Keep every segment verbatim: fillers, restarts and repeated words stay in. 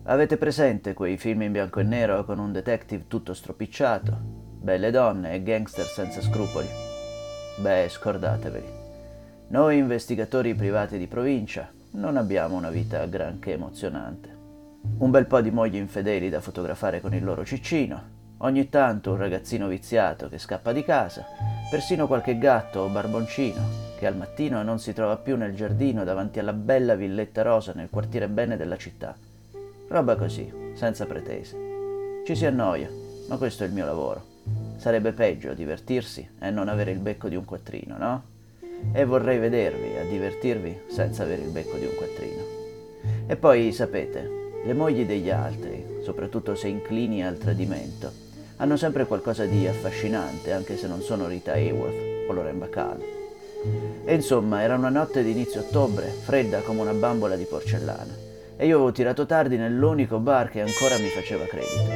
Avete presente quei film in bianco e nero con un detective tutto stropicciato, belle donne e gangster senza scrupoli? Beh, scordateveli. Noi investigatori privati di provincia non abbiamo una vita granché emozionante. Un bel po' di mogli infedeli da fotografare con il loro ciccino, ogni tanto un ragazzino viziato che scappa di casa, persino qualche gatto o barboncino che al mattino non si trova più nel giardino davanti alla bella villetta rosa nel quartiere bene della città. Roba così, senza pretese. Ci si annoia, ma questo è il mio lavoro. Sarebbe peggio divertirsi e non avere il becco di un quattrino, no? E vorrei vedervi a divertirvi senza avere il becco di un quattrino. E poi, sapete, le mogli degli altri, soprattutto se inclini al tradimento, hanno sempre qualcosa di affascinante, anche se non sono Rita Hayworth o Lauren Bacall. E insomma, era una notte di inizio ottobre, fredda come una bambola di porcellana, e io avevo tirato tardi nell'unico bar che ancora mi faceva credito.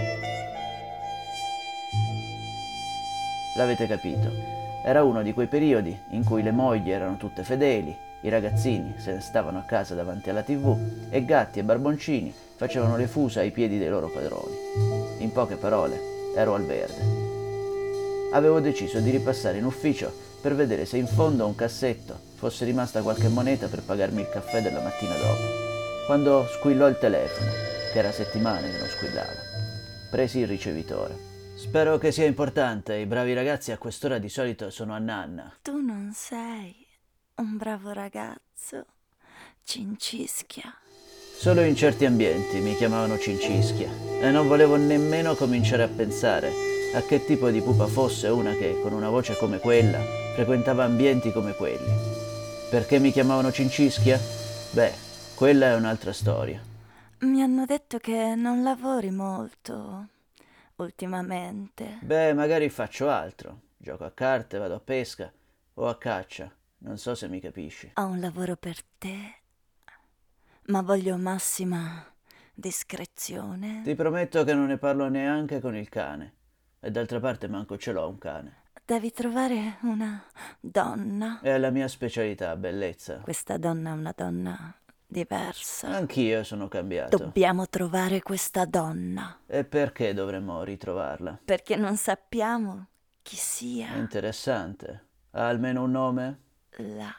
L'avete capito? Era uno di quei periodi in cui le mogli erano tutte fedeli, i ragazzini se ne stavano a casa davanti alla tivù e gatti e barboncini facevano le fusa ai piedi dei loro padroni. In poche parole, ero al verde. Avevo deciso di ripassare in ufficio per vedere se in fondo a un cassetto fosse rimasta qualche moneta per pagarmi il caffè della mattina dopo, quando squillò il telefono, che era settimane che non squillava. Presi il ricevitore. Spero che sia importante, i bravi ragazzi a quest'ora di solito sono a nanna. Tu non sei un bravo ragazzo, Cincischia. Solo in certi ambienti mi chiamavano Cincischia e non volevo nemmeno cominciare a pensare a che tipo di pupa fosse una che, con una voce come quella, frequentava ambienti come quelli. Perché mi chiamavano Cincischia? Beh, quella è un'altra storia. Mi hanno detto che non lavori molto ultimamente. Beh, magari faccio altro. Gioco a carte, vado a pesca o a caccia. Non so se mi capisci. Ho un lavoro per te, ma voglio massima discrezione. Ti prometto che non ne parlo neanche con il cane. E d'altra parte manco ce l'ho un cane. Devi trovare una donna. È la mia specialità, bellezza. Questa donna è una donna diversa. Anch'io sono cambiato. Dobbiamo trovare questa donna. E perché dovremmo ritrovarla? Perché non sappiamo chi sia. Interessante. Ha almeno un nome? La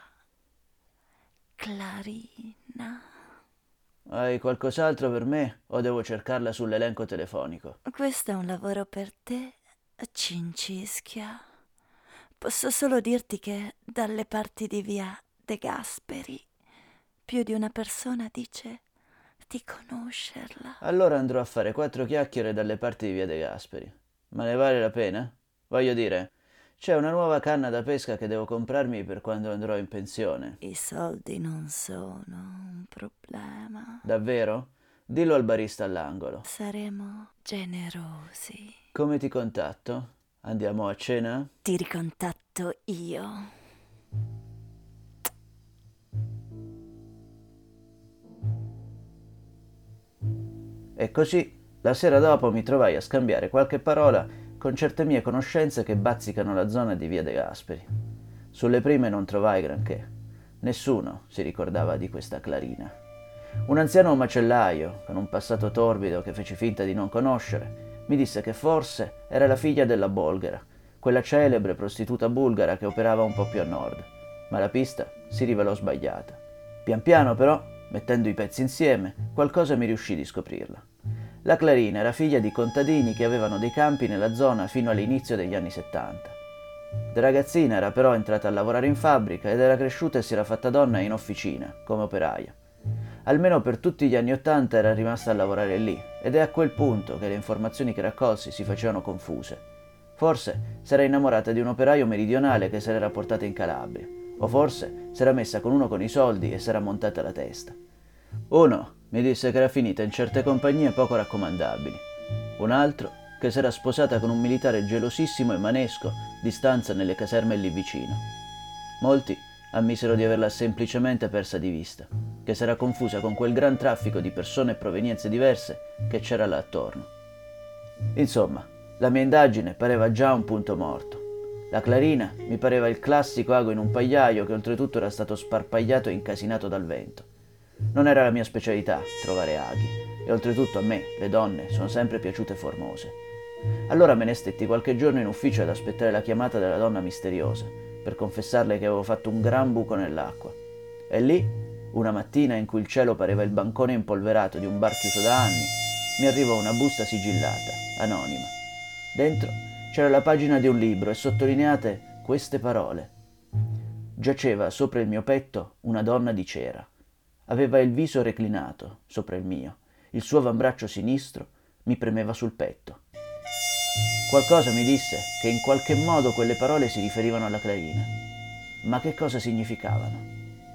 Clarina. Hai qualcos'altro per me o devo cercarla sull'elenco telefonico? Questo è un lavoro per te, Cincischia. Posso solo dirti che dalle parti di via De Gasperi più di una persona dice di conoscerla. Allora andrò a fare quattro chiacchiere dalle parti di via De Gasperi. Ma ne vale la pena? Voglio dire, c'è una nuova canna da pesca che devo comprarmi per quando andrò in pensione. I soldi non sono un problema. Davvero? Dillo al barista all'angolo. Saremo generosi. Come ti contatto? Andiamo a cena? Ti ricontatto io. E così, la sera dopo mi trovai a scambiare qualche parola con certe mie conoscenze che bazzicano la zona di via De Gasperi. Sulle prime non trovai granché. Nessuno si ricordava di questa Clarina. Un anziano macellaio, con un passato torbido che feci finta di non conoscere, mi disse che forse era la figlia della Bolghera, quella celebre prostituta bulgara che operava un po' più a nord. Ma la pista si rivelò sbagliata. Pian piano, però, mettendo i pezzi insieme, qualcosa mi riuscì di scoprirla. La Clarina era figlia di contadini che avevano dei campi nella zona fino all'inizio degli anni settanta. Da ragazzina era però entrata a lavorare in fabbrica ed era cresciuta e si era fatta donna in officina, come operaia. Almeno per tutti gli anni ottanta era rimasta a lavorare lì, ed è a quel punto che le informazioni che raccolsi si facevano confuse. Forse s'era innamorata di un operaio meridionale che se l'era portata in Calabria, o forse s'era messa con uno con i soldi e s'era montata la testa. Uno mi disse che era finita in certe compagnie poco raccomandabili. Un altro che s'era sposata con un militare gelosissimo e manesco di stanza nelle caserme lì vicino. Molti ammisero di averla semplicemente persa di vista, che s'era confusa con quel gran traffico di persone e provenienze diverse che c'era là attorno. Insomma, la mia indagine pareva già un punto morto. La Clarina mi pareva il classico ago in un pagliaio che oltretutto era stato sparpagliato e incasinato dal vento. Non era la mia specialità trovare aghi, e oltretutto a me le donne sono sempre piaciute formose. Allora me ne stetti qualche giorno in ufficio ad aspettare la chiamata della donna misteriosa, per confessarle che avevo fatto un gran buco nell'acqua. E lì, una mattina in cui il cielo pareva il bancone impolverato di un bar chiuso da anni, mi arrivò una busta sigillata, anonima. Dentro c'era la pagina di un libro e sottolineate queste parole. Giaceva sopra il mio petto una donna di cera. Aveva il viso reclinato sopra il mio. Il suo avambraccio sinistro mi premeva sul petto. Qualcosa mi disse che in qualche modo quelle parole si riferivano alla Clarina. Ma che cosa significavano?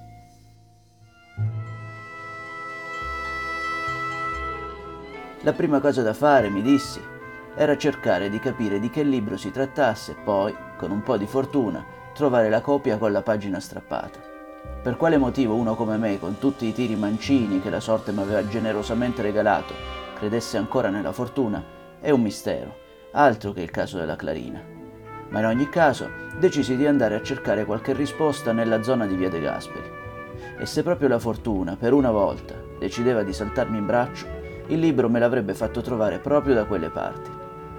La prima cosa da fare, mi dissi, era cercare di capire di che libro si trattasse e poi, con un po' di fortuna, trovare la copia con la pagina strappata. Per quale motivo uno come me, con tutti i tiri mancini che la sorte mi aveva generosamente regalato, credesse ancora nella fortuna, è un mistero, altro che il caso della Clarina. Ma in ogni caso decisi di andare a cercare qualche risposta nella zona di Via De Gasperi. E se proprio la fortuna, per una volta, decideva di saltarmi in braccio, il libro me l'avrebbe fatto trovare proprio da quelle parti.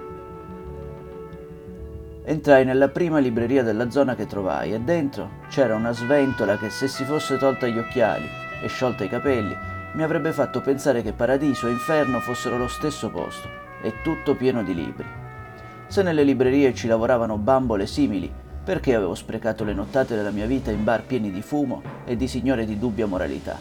Entrai nella prima libreria della zona che trovai e dentro c'era una sventola che, se si fosse tolta gli occhiali e sciolta i capelli, mi avrebbe fatto pensare che paradiso e inferno fossero lo stesso posto, e tutto pieno di libri. Se nelle librerie ci lavoravano bambole simili, perché avevo sprecato le nottate della mia vita in bar pieni di fumo e di signore di dubbia moralità?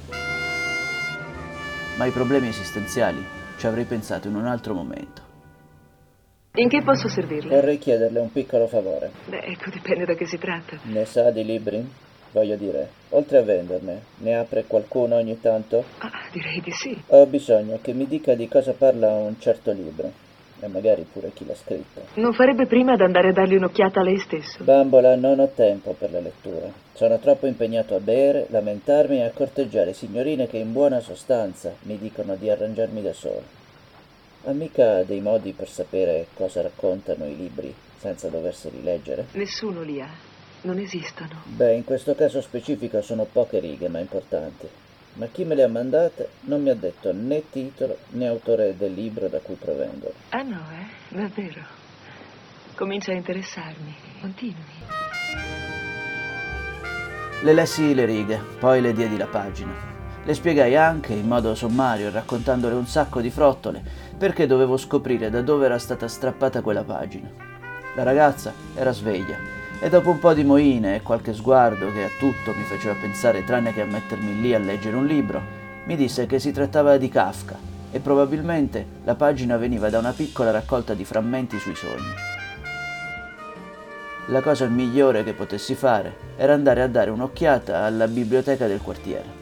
Ma ai problemi esistenziali ci avrei pensato in un altro momento. In che posso servirle? Vorrei chiederle un piccolo favore. Beh, ecco, dipende da che si tratta. Ne sa di libri? Voglio dire, oltre a venderne, ne apre qualcuno ogni tanto? Ah, direi di sì. Ho bisogno che mi dica di cosa parla un certo libro, e magari pure chi l'ha scritto. Non farebbe prima ad andare a dargli un'occhiata a lei stesso? Bambola, non ho tempo per la lettura. Sono troppo impegnato a bere, lamentarmi e a corteggiare signorine che in buona sostanza mi dicono di arrangiarmi da solo. Ha mica dei modi per sapere cosa raccontano i libri senza doverseli leggere? Nessuno li ha. Non esistono. Beh, in questo caso specifico sono poche righe, ma importanti. Ma chi me le ha mandate non mi ha detto né titolo né autore del libro da cui provengono. Ah no, eh? Davvero? Comincia a interessarmi. Continui. Le lessi le righe, poi le diedi la pagina. Le spiegai anche, in modo sommario, raccontandole un sacco di frottole, perché dovevo scoprire da dove era stata strappata quella pagina. La ragazza era sveglia, e dopo un po' di moine e qualche sguardo che a tutto mi faceva pensare tranne che a mettermi lì a leggere un libro, mi disse che si trattava di Kafka, e probabilmente la pagina veniva da una piccola raccolta di frammenti sui sogni. La cosa migliore che potessi fare era andare a dare un'occhiata alla biblioteca del quartiere.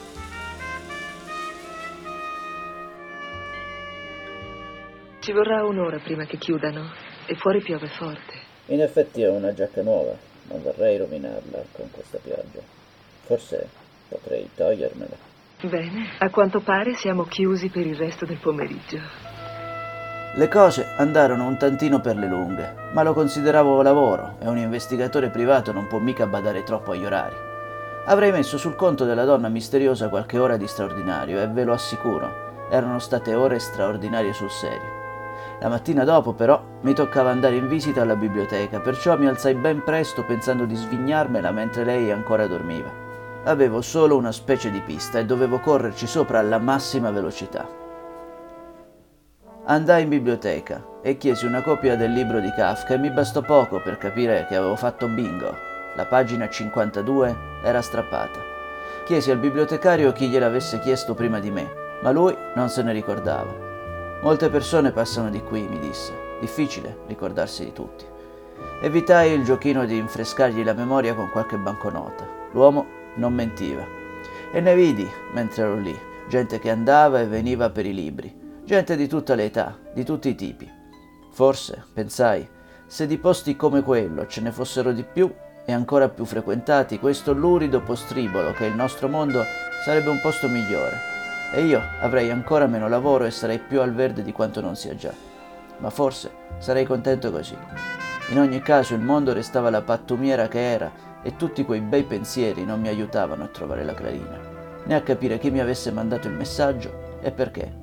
Ci vorrà un'ora prima che chiudano e fuori piove forte. In effetti ho una giacca nuova, non vorrei rovinarla con questa pioggia. Forse potrei togliermela. Bene, a quanto pare siamo chiusi per il resto del pomeriggio. Le cose andarono un tantino per le lunghe, ma lo consideravo lavoro e un investigatore privato non può mica badare troppo agli orari. Avrei messo sul conto della donna misteriosa qualche ora di straordinario e ve lo assicuro, erano state ore straordinarie sul serio. La mattina dopo, però, mi toccava andare in visita alla biblioteca, perciò mi alzai ben presto pensando di svignarmela mentre lei ancora dormiva. Avevo solo una specie di pista e dovevo correrci sopra alla massima velocità. Andai in biblioteca e chiesi una copia del libro di Kafka e mi bastò poco per capire che avevo fatto bingo. La pagina cinquantadue era strappata. Chiesi al bibliotecario chi gliel'avesse chiesto prima di me, ma lui non se ne ricordava. Molte persone passano di qui, mi disse. Difficile ricordarsi di tutti. Evitai il giochino di rinfrescargli la memoria con qualche banconota. L'uomo non mentiva. E ne vidi, mentre ero lì, gente che andava e veniva per i libri. Gente di tutte le età, di tutti i tipi. Forse, pensai, se di posti come quello ce ne fossero di più e ancora più frequentati, questo lurido postribolo che è il nostro mondo sarebbe un posto migliore. E io avrei ancora meno lavoro e sarei più al verde di quanto non sia già. Ma forse sarei contento così. In ogni caso il mondo restava la pattumiera che era e tutti quei bei pensieri non mi aiutavano a trovare la Clarina. né a capire chi mi avesse mandato il messaggio e perché.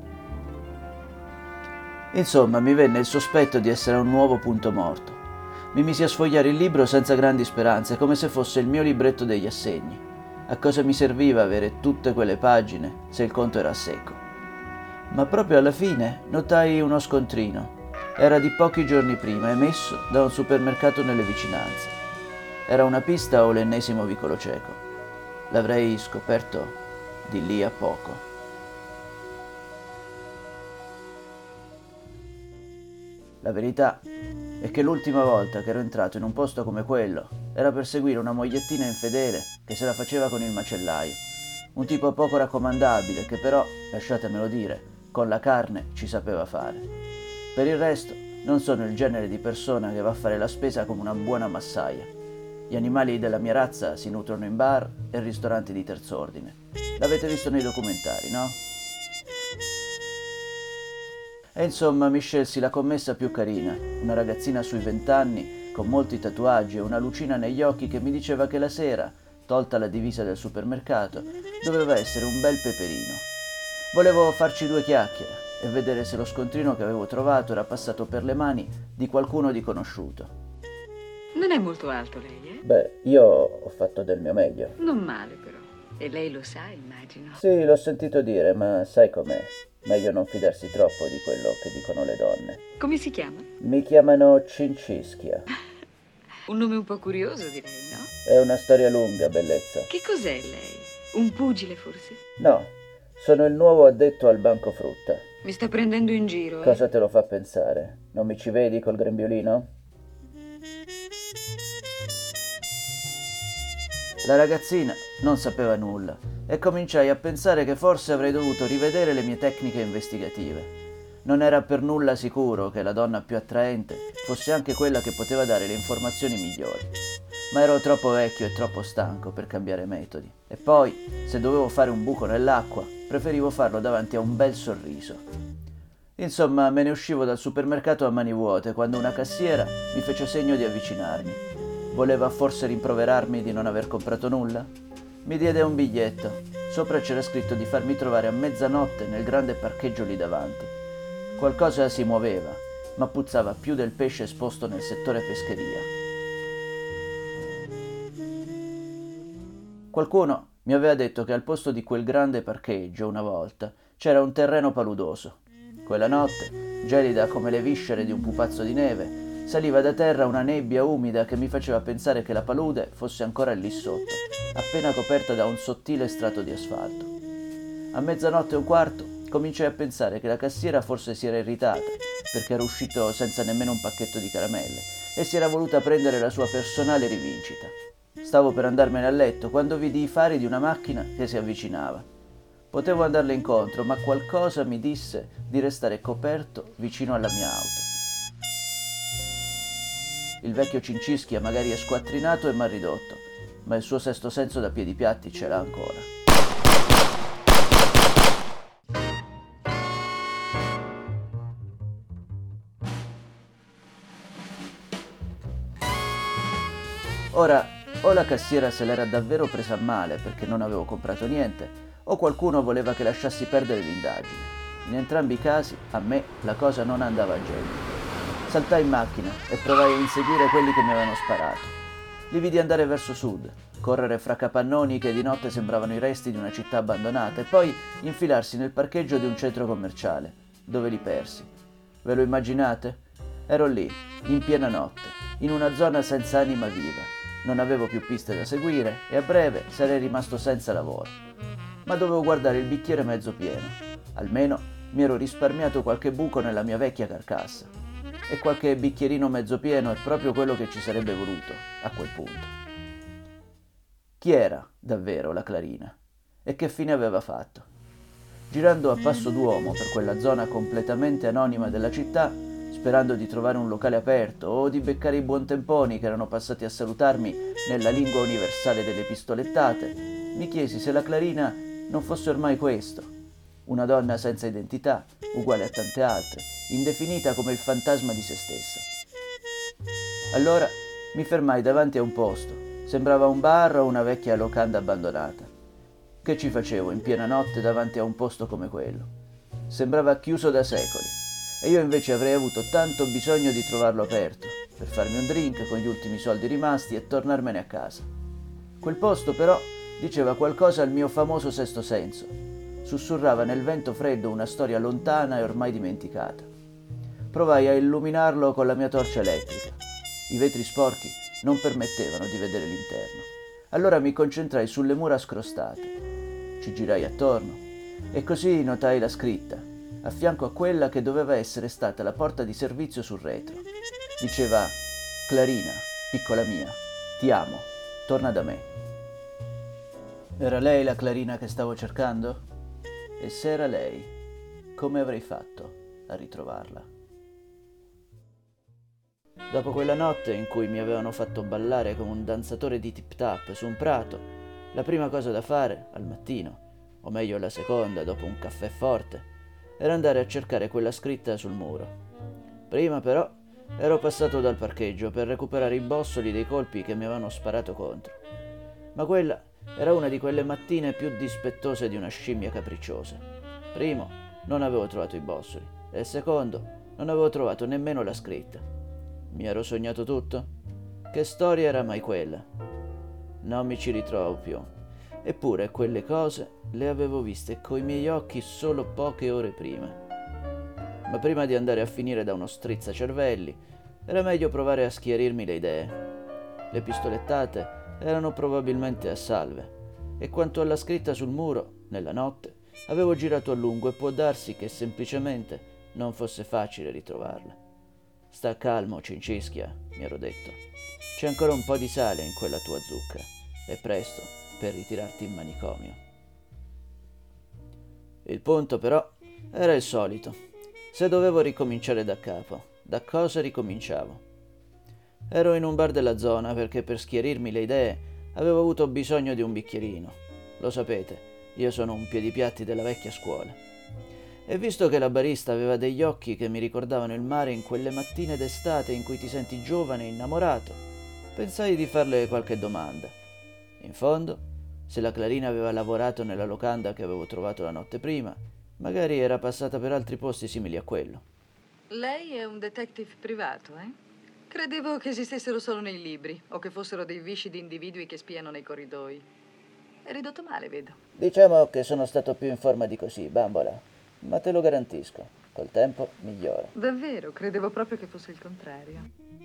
Insomma, mi venne il sospetto di essere un nuovo punto morto. Mi misi a sfogliare il libro senza grandi speranze, come se fosse il mio libretto degli assegni. A cosa mi serviva avere tutte quelle pagine se il conto era a secco? Ma proprio alla fine notai uno scontrino. Era di pochi giorni prima, emesso da un supermercato nelle vicinanze. Era una pista o l'ennesimo vicolo cieco? L'avrei scoperto di lì a poco. La verità è che l'ultima volta che ero entrato in un posto come quello era per seguire una mogliettina infedele che se la faceva con il macellaio. Un tipo poco raccomandabile che però, lasciatemelo dire, con la carne ci sapeva fare. Per il resto, non sono il genere di persona che va a fare la spesa come una buona massaia. Gli animali della mia razza si nutrono in bar e ristoranti di terz'ordine. L'avete visto nei documentari, no? E insomma mi scelsi la commessa più carina, una ragazzina sui vent'anni, con molti tatuaggi e una lucina negli occhi che mi diceva che la sera, tolta la divisa del supermercato, doveva essere un bel peperino. Volevo farci due chiacchiere e vedere se lo scontrino che avevo trovato era passato per le mani di qualcuno di conosciuto. Non è molto alto lei, eh? Beh, io ho fatto del mio meglio. Non male, però. E lei lo sa, immagino. Sì, l'ho sentito dire, ma sai com'è? Meglio non fidarsi troppo di quello che dicono le donne. Come si chiama? Mi chiamano Cincischia. Un nome un po' curioso, direi, no? È una storia lunga, bellezza. Che cos'è lei? Un pugile, forse? No, sono il nuovo addetto al banco frutta. Mi sta prendendo in giro, eh? Cosa te lo fa pensare? Non mi ci vedi col grembiulino? La ragazzina non sapeva nulla e cominciai a pensare che forse avrei dovuto rivedere le mie tecniche investigative. Non era per nulla sicuro che la donna più attraente fosse anche quella che poteva dare le informazioni migliori. Ma ero troppo vecchio e troppo stanco per cambiare metodi. E poi, se dovevo fare un buco nell'acqua, preferivo farlo davanti a un bel sorriso. Insomma, me ne uscivo dal supermercato a mani vuote quando una cassiera mi fece segno di avvicinarmi. Voleva forse rimproverarmi di non aver comprato nulla? Mi diede un biglietto. Sopra c'era scritto di farmi trovare a mezzanotte nel grande parcheggio lì davanti. Qualcosa si muoveva, ma puzzava più del pesce esposto nel settore pescheria. Qualcuno mi aveva detto che al posto di quel grande parcheggio, una volta, c'era un terreno paludoso. Quella notte, gelida come le viscere di un pupazzo di neve, saliva da terra una nebbia umida che mi faceva pensare che la palude fosse ancora lì sotto, appena coperta da un sottile strato di asfalto. A mezzanotte e un quarto cominciai a pensare che la cassiera forse si era irritata perché era uscito senza nemmeno un pacchetto di caramelle e si era voluta prendere la sua personale rivincita. Stavo per andarmene a letto quando vidi i fari di una macchina che si avvicinava. Potevo andarle incontro, ma qualcosa mi disse di restare coperto vicino alla mia auto. Il vecchio Cincischia magari è squattrinato e mal ridotto, ma il suo sesto senso da piedipiatti ce l'ha ancora. Ora, o la cassiera se l'era davvero presa a male perché non avevo comprato niente, o qualcuno voleva che lasciassi perdere l'indagine. In entrambi i casi, a me la cosa non andava a genio. Saltai in macchina e provai a inseguire quelli che mi avevano sparato. Li vidi andare verso sud, correre fra capannoni che di notte sembravano i resti di una città abbandonata e poi infilarsi nel parcheggio di un centro commerciale, dove li persi. Ve lo immaginate? Ero lì, in piena notte, in una zona senza anima viva. Non avevo più piste da seguire e a breve sarei rimasto senza lavoro. Ma dovevo guardare il bicchiere mezzo pieno. Almeno mi ero risparmiato qualche buco nella mia vecchia carcassa. E qualche bicchierino mezzo pieno è proprio quello che ci sarebbe voluto a quel punto. Chi era davvero la Clarina? E che fine aveva fatto? Girando a passo d'uomo per quella zona completamente anonima della città, sperando di trovare un locale aperto o di beccare i buontemponi che erano passati a salutarmi nella lingua universale delle pistolettate, mi chiesi se la Clarina non fosse ormai questo, una donna senza identità, uguale a tante altre, indefinita come il fantasma di se stessa. Allora mi fermai davanti a un posto, sembrava un bar o una vecchia locanda abbandonata. Che ci facevo in piena notte davanti a un posto come quello? Sembrava chiuso da secoli, e io invece avrei avuto tanto bisogno di trovarlo aperto, per farmi un drink con gli ultimi soldi rimasti e tornarmene a casa. Quel posto però diceva qualcosa al mio famoso sesto senso. Sussurrava nel vento freddo una storia lontana e ormai dimenticata. Provai a illuminarlo con la mia torcia elettrica. I vetri sporchi non permettevano di vedere l'interno. Allora mi concentrai sulle mura scrostate. Ci girai attorno e così notai la scritta, a fianco a quella che doveva essere stata la porta di servizio sul retro. Diceva: Clarina, piccola mia, ti amo, torna da me. Era lei la Clarina che stavo cercando? E se era lei, come avrei fatto a ritrovarla? Dopo quella notte in cui mi avevano fatto ballare come un danzatore di tip-tap su un prato, la prima cosa da fare, al mattino, o meglio la seconda, dopo un caffè forte, era andare a cercare quella scritta sul muro. Prima, però, ero passato dal parcheggio per recuperare i bossoli dei colpi che mi avevano sparato contro. Ma quella era una di quelle mattine più dispettose di una scimmia capricciosa. Primo, non avevo trovato i bossoli, e secondo, non avevo trovato nemmeno la scritta. Mi ero sognato tutto? Che storia era mai quella? Non mi ci ritrovo più. Eppure quelle cose le avevo viste coi miei occhi solo poche ore prima. Ma prima di andare a finire da uno strizzacervelli, era meglio provare a schiarirmi le idee. Le pistolettate erano probabilmente a salve, e quanto alla scritta sul muro, nella notte, avevo girato a lungo e può darsi che semplicemente non fosse facile ritrovarla. Sta calmo, Cincischia, mi ero detto. C'è ancora un po' di sale in quella tua zucca. È presto per ritirarti in manicomio. Il punto, però, era il solito. Se dovevo ricominciare da capo, da cosa ricominciavo? Ero in un bar della zona perché per schiarirmi le idee avevo avuto bisogno di un bicchierino. Lo sapete, io sono un piedipiatti della vecchia scuola. E visto che la barista aveva degli occhi che mi ricordavano il mare in quelle mattine d'estate in cui ti senti giovane e innamorato, pensai di farle qualche domanda. In fondo, se la Clarina aveva lavorato nella locanda che avevo trovato la notte prima, magari era passata per altri posti simili a quello. Lei è un detective privato, eh? Credevo che esistessero solo nei libri, o che fossero dei viscidi individui che spiano nei corridoi. È ridotto male, vedo. Diciamo che sono stato più in forma di così, bambola. Ma te lo garantisco, col tempo migliora. Davvero? Credevo proprio che fosse il contrario.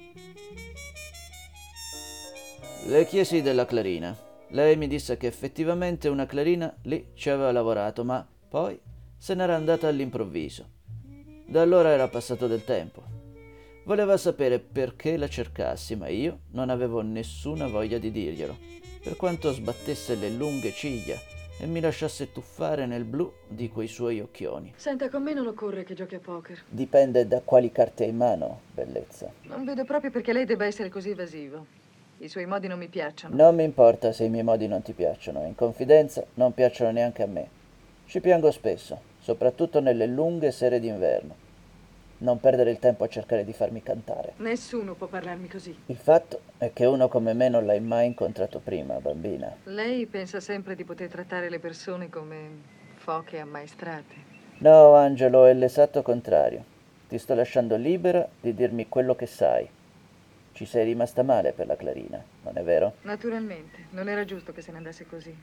Le chiesi della Clarina. Lei mi disse che effettivamente una Clarina lì ci aveva lavorato, ma poi se n'era andata all'improvviso. Da allora era passato del tempo. Voleva sapere perché la cercassi, ma io non avevo nessuna voglia di dirglielo, per quanto sbattesse le lunghe ciglia e mi lasciasse tuffare nel blu di quei suoi occhioni. Senta, con me non occorre che giochi a poker. Dipende da quali carte hai in mano, bellezza. Non vedo proprio perché lei debba essere così evasivo. I suoi modi non mi piacciono. Non mi importa se i miei modi non ti piacciono. In confidenza, non piacciono neanche a me. Ci piango spesso, soprattutto nelle lunghe sere d'inverno. Non perdere il tempo a cercare di farmi cantare. Nessuno può parlarmi così. Il fatto è che uno come me non l'hai mai incontrato prima, bambina. Lei pensa sempre di poter trattare le persone come foche ammaestrate. No, Angelo, è l'esatto contrario. Ti sto lasciando libera di dirmi quello che sai. Ci sei rimasta male per la Clarina, non è vero? Naturalmente, non era giusto che se ne andasse così.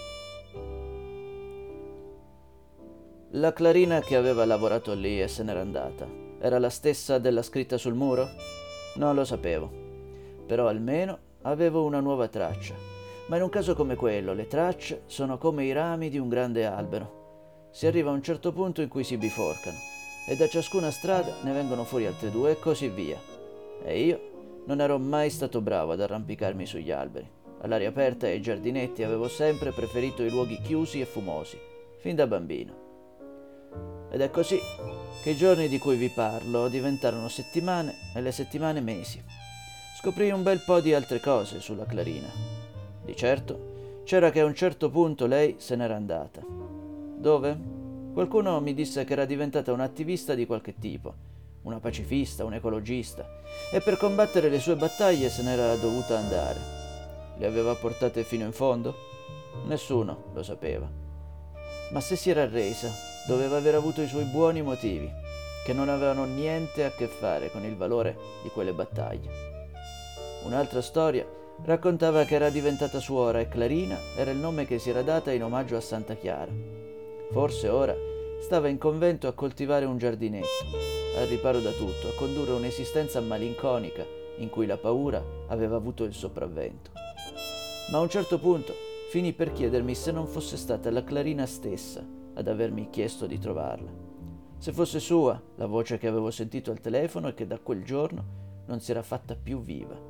La Clarina che aveva lavorato lì e se n'era andata era la stessa della scritta sul muro? Non lo sapevo. Però almeno avevo una nuova traccia. Ma in un caso come quello, le tracce sono come i rami di un grande albero. Si arriva a un certo punto in cui si biforcano e da ciascuna strada ne vengono fuori altre due e così via. E io non ero mai stato bravo ad arrampicarmi sugli alberi. All'aria aperta e ai giardinetti avevo sempre preferito i luoghi chiusi e fumosi, fin da bambino. Ed è così che i giorni di cui vi parlo diventarono settimane e le settimane mesi. Scoprii un bel po' di altre cose sulla Clarina. Di certo c'era che a un certo punto lei se n'era andata. Dove? Qualcuno mi disse che era diventata un'attivista di qualche tipo, una pacifista, un ecologista, e per combattere le sue battaglie se n'era dovuta andare. Le aveva portate fino in fondo? Nessuno lo sapeva. Ma se si era arresa, doveva aver avuto i suoi buoni motivi, che non avevano niente a che fare con il valore di quelle battaglie. Un'altra storia raccontava che era diventata suora e Clarina era il nome che si era data in omaggio a Santa Chiara. Forse ora stava in convento a coltivare un giardinetto, al riparo da tutto, a condurre un'esistenza malinconica in cui la paura aveva avuto il sopravvento. Ma a un certo punto finì per chiedermi se non fosse stata la Clarina stessa ad avermi chiesto di trovarla. Se fosse sua la voce che avevo sentito al telefono e che da quel giorno non si era fatta più viva.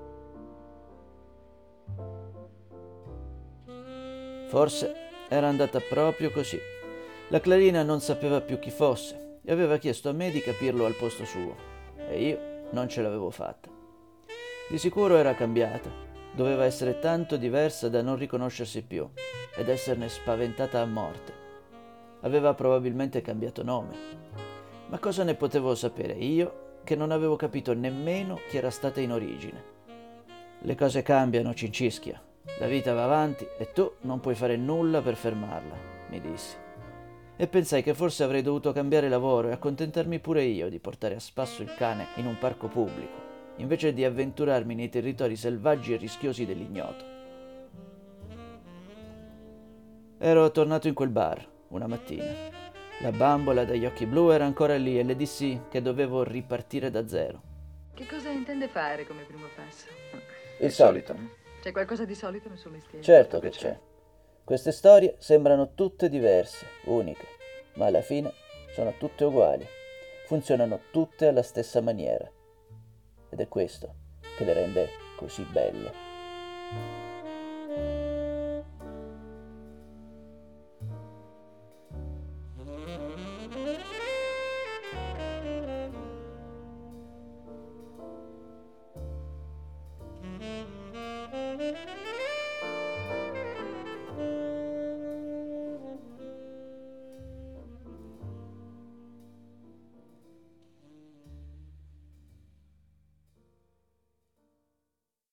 Forse era andata proprio così. La Clarina non sapeva più chi fosse e aveva chiesto a me di capirlo al posto suo, e io non ce l'avevo fatta. Di sicuro era cambiata, doveva essere tanto diversa da non riconoscersi più ed esserne spaventata a morte. Aveva probabilmente cambiato nome. Ma cosa ne potevo sapere io che non avevo capito nemmeno chi era stata in origine? Le cose cambiano, Cincischia. La vita va avanti e tu non puoi fare nulla per fermarla, mi dissi. E pensai che forse avrei dovuto cambiare lavoro e accontentarmi pure io di portare a spasso il cane in un parco pubblico, invece di avventurarmi nei territori selvaggi e rischiosi dell'ignoto. Ero tornato in quel bar una mattina. La bambola dagli occhi blu era ancora lì e le dissi che dovevo ripartire da zero. Che cosa intende fare come primo passo? Il solito. C'è qualcosa di solito nel suo mestiere? Certo che c'è. Queste storie sembrano tutte diverse, uniche, ma alla fine sono tutte uguali. Funzionano tutte alla stessa maniera. Ed è questo che le rende così belle.